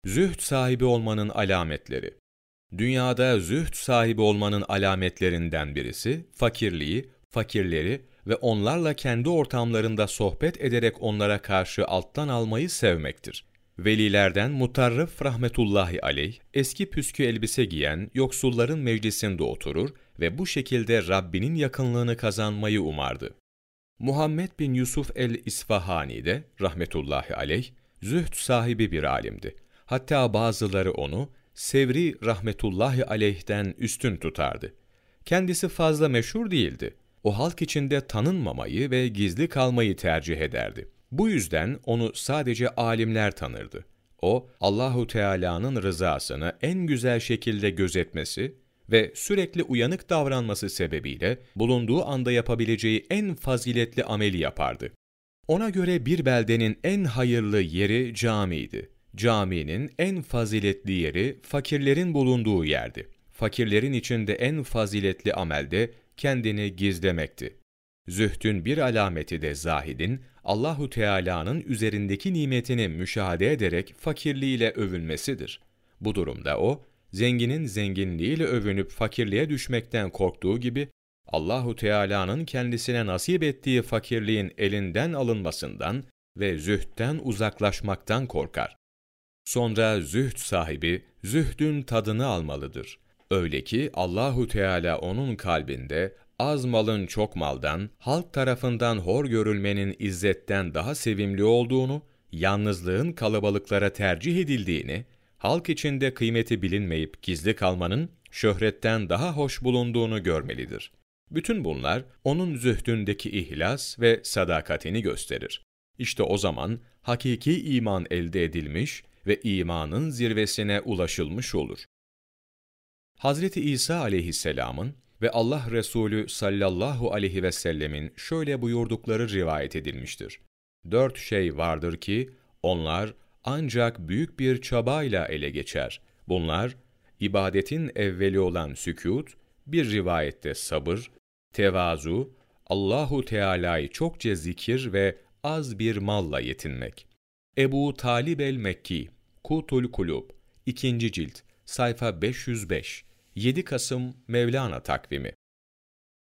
Zühd sahibi olmanın alametleri. Dünyada zühd sahibi olmanın alametlerinden birisi, fakirliği, fakirleri ve onlarla kendi ortamlarında sohbet ederek onlara karşı alttan almayı sevmektir. Velilerden Mutarrif rahmetullahi aleyh, eski püskü elbise giyen yoksulların meclisinde oturur ve bu şekilde Rabbinin yakınlığını kazanmayı umardı. Muhammed bin Yusuf el-İsfahani de rahmetullahi aleyh, zühd sahibi bir alimdi. Hatta bazıları onu Sevri rahmetullahi aleyh'ten üstün tutardı. Kendisi fazla meşhur değildi. O halk içinde tanınmamayı ve gizli kalmayı tercih ederdi. Bu yüzden onu sadece alimler tanırdı. O, Allahu Teala'nın rızasını en güzel şekilde gözetmesi ve sürekli uyanık davranması sebebiyle bulunduğu anda yapabileceği en faziletli ameli yapardı. Ona göre bir beldenin en hayırlı yeri camiydi. Caminin en faziletli yeri fakirlerin bulunduğu yerdi. Fakirlerin içinde en faziletli amel de kendini gizlemekti. Zühdün bir alameti de zahidin, Allahu Teala'nın üzerindeki nimetini müşahede ederek fakirliğiyle övünmesidir. Bu durumda o, zenginin zenginliğiyle övünüp fakirliğe düşmekten korktuğu gibi, Allahu Teala'nın kendisine nasip ettiği fakirliğin elinden alınmasından ve zühdten uzaklaşmaktan korkar. Sonra zühd sahibi, zühdün tadını almalıdır. Öyle ki Allahu Teala onun kalbinde, az malın çok maldan, halk tarafından hor görülmenin izzetten daha sevimli olduğunu, yalnızlığın kalabalıklara tercih edildiğini, halk içinde kıymeti bilinmeyip gizli kalmanın, şöhretten daha hoş bulunduğunu görmelidir. Bütün bunlar, onun zühdündeki ihlas ve sadakatini gösterir. İşte o zaman, hakiki iman elde edilmiş ve imanın zirvesine ulaşılmış olur. Hazreti İsa aleyhisselamın ve Allah Resulü sallallahu aleyhi ve sellemin şöyle buyurdukları rivayet edilmiştir. 4 şey vardır ki, onlar ancak büyük bir çabayla ele geçer. Bunlar, ibadetin evveli olan sükût, bir rivayette sabır, tevazu, Allahu Teala'yı çokça zikir ve az bir malla yetinmek. Ebu Talib el-Mekki, Kutul Kulub, 2. cilt, sayfa 505, 7 Kasım Mevlana takvimi.